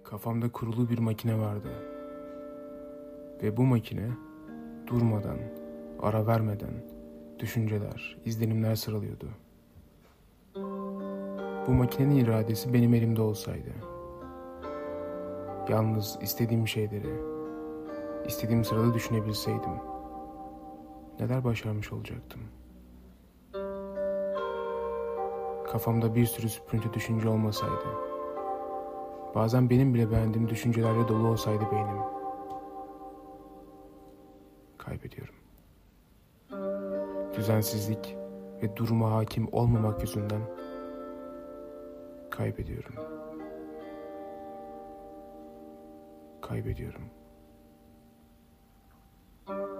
Kafamda kurulu bir makine vardı. Ve bu makine durmadan, ara vermeden düşünceler, izlenimler sıralıyordu. Bu makinenin iradesi benim elimde olsaydı, yalnız istediğim şeyleri, istediğim sırada düşünebilseydim, neler başarmış olacaktım? Kafamda bir sürü süprüntü düşünce olmasaydı, bazen benim bile beğendiğim düşüncelerle dolu olsaydı beynim, kaybediyorum. Düzensizlik ve duruma hakim olmamak yüzünden kaybediyorum. Kaybediyorum.